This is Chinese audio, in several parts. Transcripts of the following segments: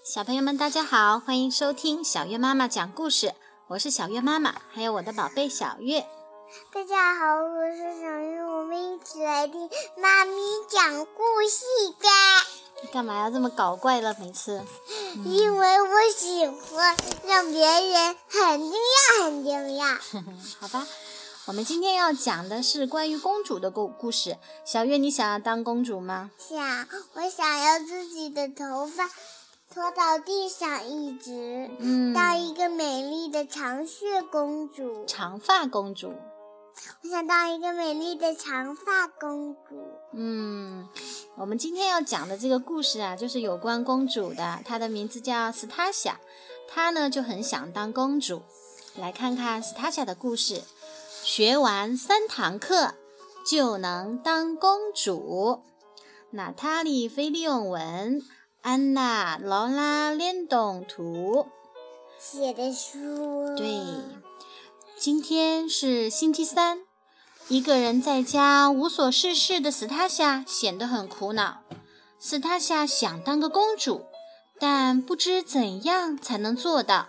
小朋友们大家好，欢迎收听小月妈妈讲故事，我是小月妈妈，还有我的宝贝小月。 大家好，我是小月，我们一起来听妈咪讲故事吧。 你干嘛要这么搞怪了每次？ 因为我喜欢让别人很惊讶。 好吧，我们今天要讲的是关于公主的故事。小月，你想要当公主吗？ 想，我想要自己的头发拖到地上一直，当一个美丽的长血公主。 长发公主。 我想当一个美丽的长发公主。 我们今天要讲的这个故事啊，就是有关公主的，她的名字叫斯塔夏，她呢就很想当公主。来看看斯塔夏的故事。学完3堂课就能当公主。娜塔莉·菲利翁文，安娜·劳拉·联动图写的书。 对，今天是星期3，一个人在家无所事事的斯塔夏显得很苦恼。斯塔夏想当个公主，但不知怎样才能做到。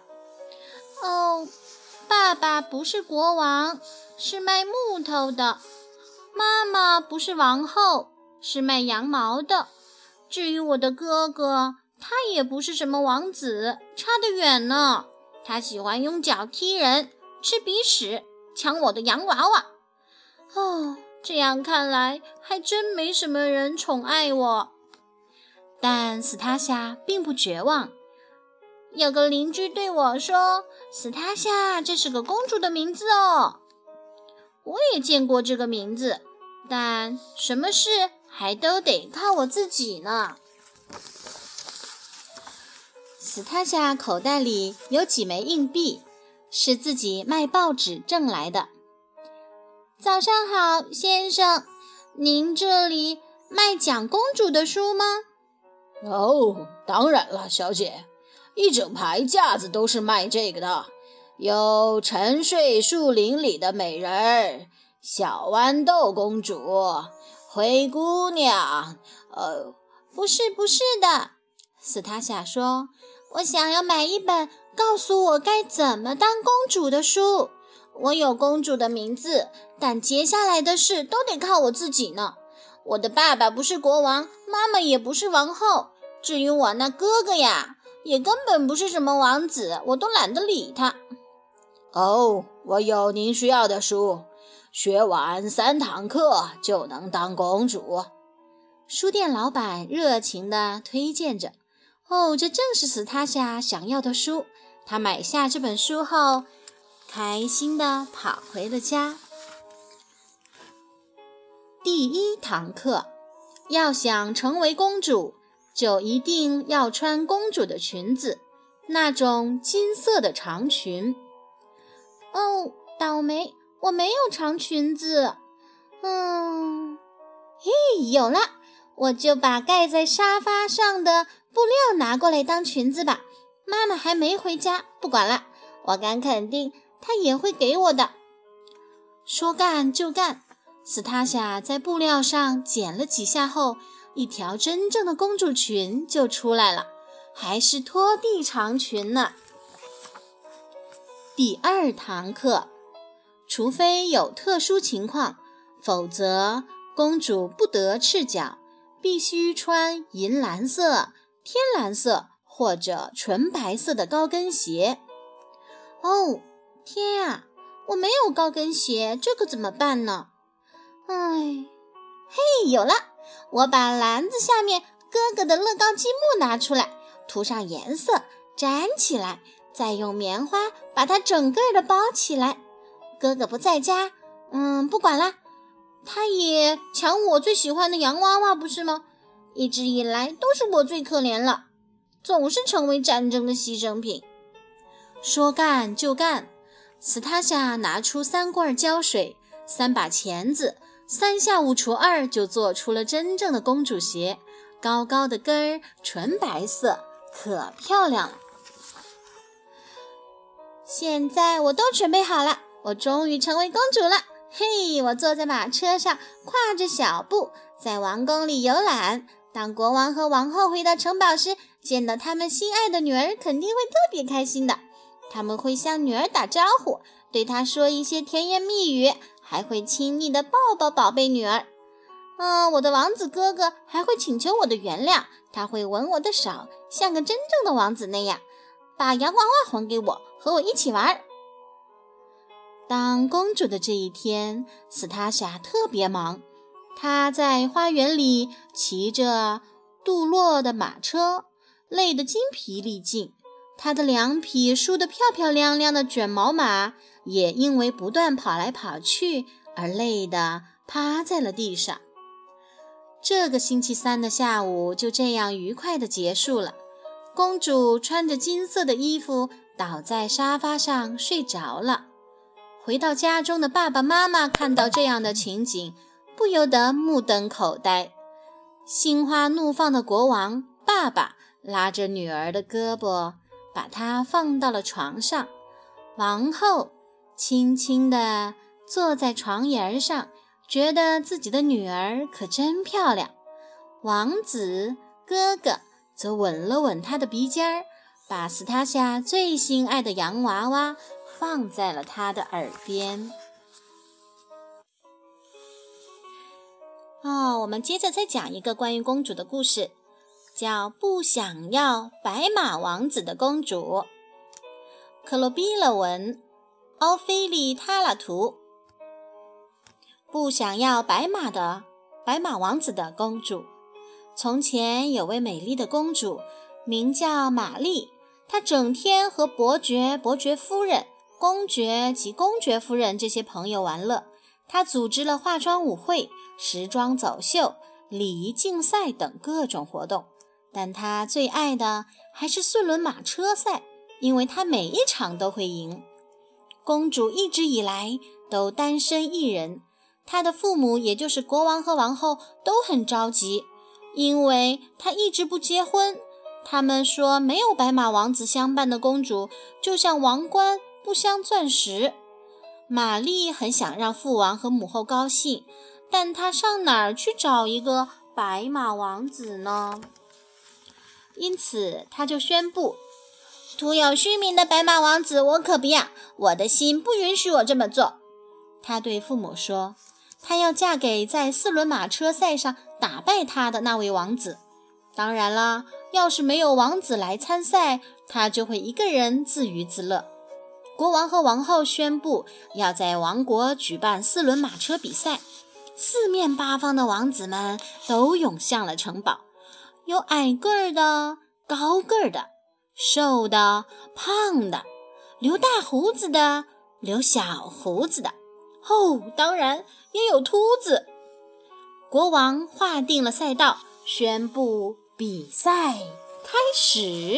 爸爸不是国王，是卖木头的；妈妈不是王后，是卖羊毛的。至于我的哥哥，他也不是什么王子，差得远呢。他喜欢用脚踢人，吃鼻屎，抢我的洋娃娃。这样看来，还真没什么人宠爱我。但斯塔夏并不绝望。有个邻居对我说，斯塔夏，这是个公主的名字哦。我也见过这个名字，但什么事还都得靠我自己呢。斯塔夏口袋里有几枚硬币，是自己卖报纸挣来的。早上好，先生，您这里卖讲公主的书吗？ 当然了，小姐，一整排架子都是卖这个的，有沉睡树林里的美人儿、小豌豆公主、灰姑娘。 不是的，斯塔夏说，我想要买一本告诉我该怎么当公主的书。我有公主的名字，但接下来的事都得靠我自己呢。我的爸爸不是国王，妈妈也不是王后。至于我那哥哥呀，也根本不是什么王子，我都懒得理他。 我有您需要的书，学完3堂课就能当公主。 书店老板热情地推荐着。这正是斯塔夏想要的书。他买下这本书后，开心地跑回了家。第1堂课，要想成为公主，就一定要穿公主的裙子，那种金色的长裙。倒霉，我没有长裙子。有了，我就把盖在沙发上的布料拿过来当裙子吧。妈妈还没回家，不管了，我敢肯定她也会给我的。说干就干，斯塔夏在布料上剪了几下后，一条真正的公主裙就出来了，还是拖地长裙呢。第2堂课，除非有特殊情况，否则公主不得赤脚，必须穿银蓝色、天蓝色或者纯白色的高跟鞋。天啊，我没有高跟鞋，这可怎么办呢？有了，我把篮子下面哥哥的乐高积木拿出来，涂上颜色，粘起来，再用棉花把它整个的包起来。哥哥不在家，不管啦，他也抢我最喜欢的洋娃娃，不是吗？一直以来都是我最可怜了，总是成为战争的牺牲品。说干就干，斯塔夏拿出3罐胶水、3把钳子，3下5除2就做出了真正的公主鞋，高高的跟儿，纯白色，可漂亮了。现在我都准备好了，我终于成为公主了。我坐在马车上，挎着小布，在王宫里游览。当国王和王后回到城堡时， 见到他们心爱的女儿肯定会特别开心的。他们会向女儿打招呼，对她说一些甜言蜜语，还会亲昵地抱抱宝贝女儿。我的王子哥哥还会请求我的原谅，他会吻我的手，像个真正的王子那样，把洋娃娃还给我，和我一起玩。当公主的这一天，斯塔夏特别忙。她在花园里骑着镀铬的马车，累得筋疲力尽。她的2匹梳得漂漂亮亮的卷毛马也因为不断跑来跑去而累得趴在了地上。这个星期3的下午就这样愉快地结束了。公主穿着金色的衣服倒在沙发上睡着了。回到家中的爸爸妈妈看到这样的情景，不由得目瞪口呆。心花怒放的国王爸爸拉着女儿的胳膊，把她放到了床上。王后轻轻地坐在床沿上，觉得自己的女儿可真漂亮。王子哥哥则吻了吻她的鼻尖，把斯塔夏最心爱的洋娃娃放在了她的耳边。我们接着再讲一个关于公主的故事，叫不想要白马王子的公主。克罗比勒文，奥菲利塔拉图。不想要白马王子的公主。从前有位美丽的公主，名叫玛丽，她整天和伯爵、伯爵夫人、公爵及公爵夫人这些朋友玩乐。她组织了化妆舞会、时装走秀、礼仪竞赛等各种活动，但她最爱的还是4轮马车赛，因为她每一场都会赢。公主一直以来都单身一人，她的父母也就是国王和王后都很着急，因为她一直不结婚。他们说没有白马王子相伴的公主就像王冠不镶钻石。玛丽很想让父王和母后高兴，但她上哪儿去找一个白马王子呢？因此她就宣布，徒有虚名的白马王子我可不要，我的心不允许我这么做。她对父母说，她要嫁给在4轮马车赛上打败她的那位王子。当然啦，要是没有王子来参赛，她就会一个人自娱自乐。国王和王后宣布要在王国举办4轮马车比赛，四面八方的王子们都涌向了城堡，有矮个儿的、高个儿的、瘦的、胖的，留大胡子的、留小胡子的，当然也有秃子。国王划定了赛道，宣布比赛开始。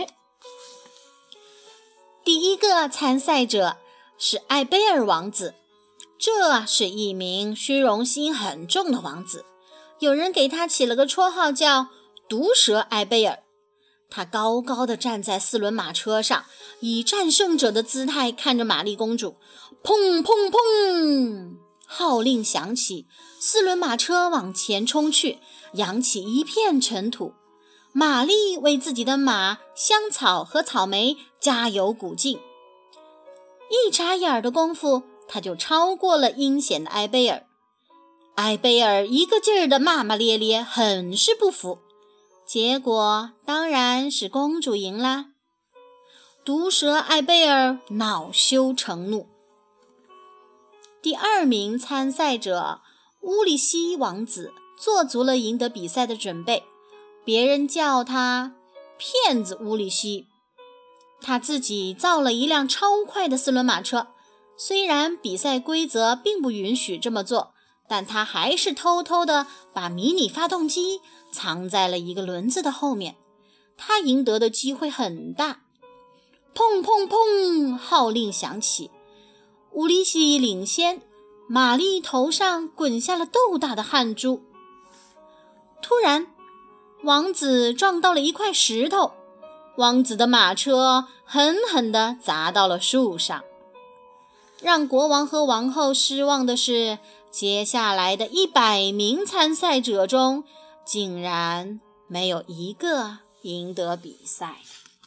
第一个参赛者是艾贝尔王子，这是一名虚荣心很重的王子，有人给他起了个绰号叫毒蛇艾贝尔。他高高地站在4轮马车上，以战胜者的姿态看着玛丽公主。砰砰砰，号令响起，4轮马车往前冲去，扬起一片尘土。玛丽为自己的马香草和草莓加油鼓劲，一眨眼的功夫，他就超过了阴险的埃贝尔。埃贝尔一个劲儿地骂骂咧咧，很是不服。结果当然是公主赢啦。毒蛇埃贝尔恼羞成怒。第2名参赛者乌利希王子做足了赢得比赛的准备，别人叫他骗子乌利希。他自己造了一辆超快的4轮马车，虽然比赛规则并不允许这么做，但他还是偷偷地把迷你发动机藏在了一个轮子的后面。他赢得的机会很大。砰砰砰，号令响起，乌利希领先，玛丽头上滚下了豆大的汗珠。突然，王子撞到了一块石头，王子的马车狠狠地砸到了树上。让国王和王后失望的是，接下来的100名参赛者中，竟然没有一个赢得比赛。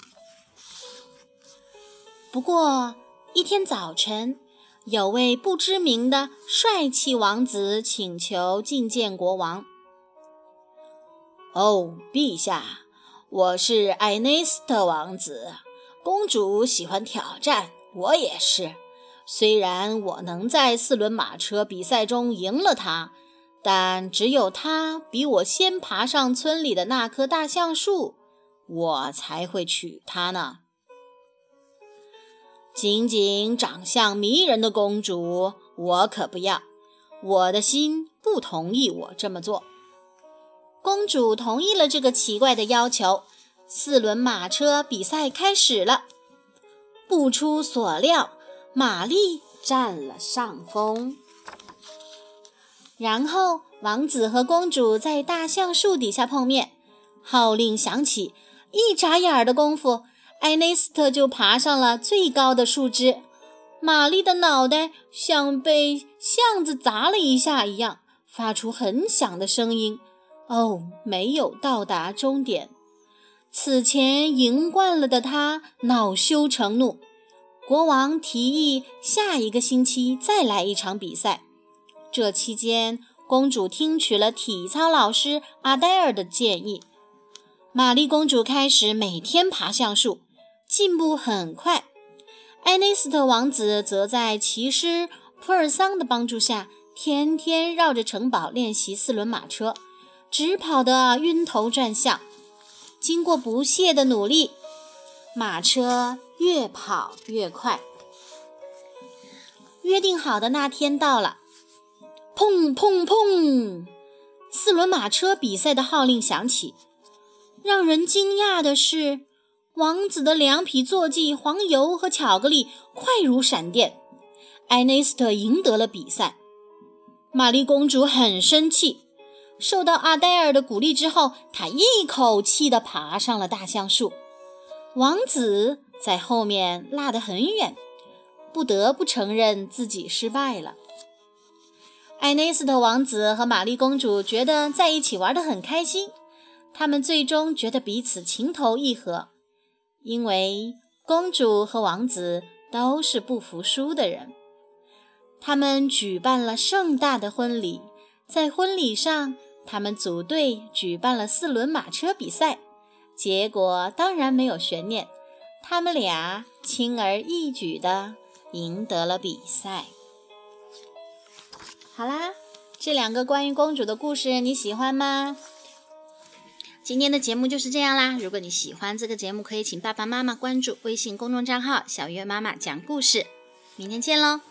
不过一天早晨，有位不知名的帅气王子请求觐见国王。 哦，陛下，我是艾内斯特王子，公主喜欢挑战，我也是。虽然我能在4轮马车比赛中赢了她，但只有她比我先爬上村里的那棵大橡树，我才会娶她呢。仅仅长相迷人的公主，我可不要，我的心不同意我这么做。 公主同意了这个奇怪的要求，4轮马车比赛开始了。不出所料，玛丽占了上风。然后王子和公主在大橡树底下碰面，号令响起，一眨眼的功夫，艾内斯特就爬上了最高的树枝，玛丽的脑袋像被橡子砸了一下一样，发出很响的声音。没有到达终点。此前赢惯了的他恼羞成怒，国王提议下一个星期再来一场比赛。这期间，公主听取了体操老师阿黛尔的建议。玛丽公主开始每天爬橡树，进步很快。埃内斯特王子则在骑师普尔桑的帮助下，天天绕着城堡练习4轮马车，直跑得晕头转向。经过不懈的努力，马车越跑越快。约定好的那天到了，砰砰砰，4轮马车比赛的号令响起。让人惊讶的是，王子的2匹坐骑黄油和巧克力快如闪电，埃内斯特赢得了比赛。玛丽公主很生气，受到阿黛尔的鼓励之后，她一口气地爬上了大橡树。王子在后面落得很远，不得不承认自己失败了。埃内斯特王子和玛丽公主觉得在一起玩得很开心，他们最终觉得彼此情投意合，因为公主和王子都是不服输的人。他们举办了盛大的婚礼，在婚礼上，他们组队举办了4轮马车比赛，结果当然没有悬念，他们俩轻而易举地赢得了比赛。好啦，这2个关于公主的故事你喜欢吗？今天的节目就是这样啦。如果你喜欢这个节目，可以请爸爸妈妈关注微信公众账号小月妈妈讲故事。明天见咯。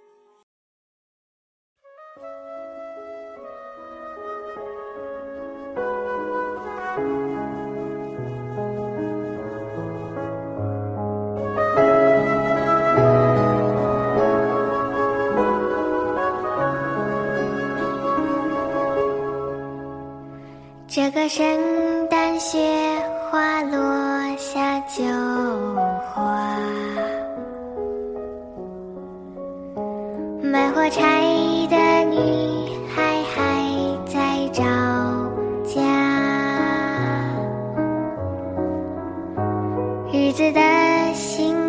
这个圣诞雪花落下就花，卖火柴的女孩还在找家，日子的辛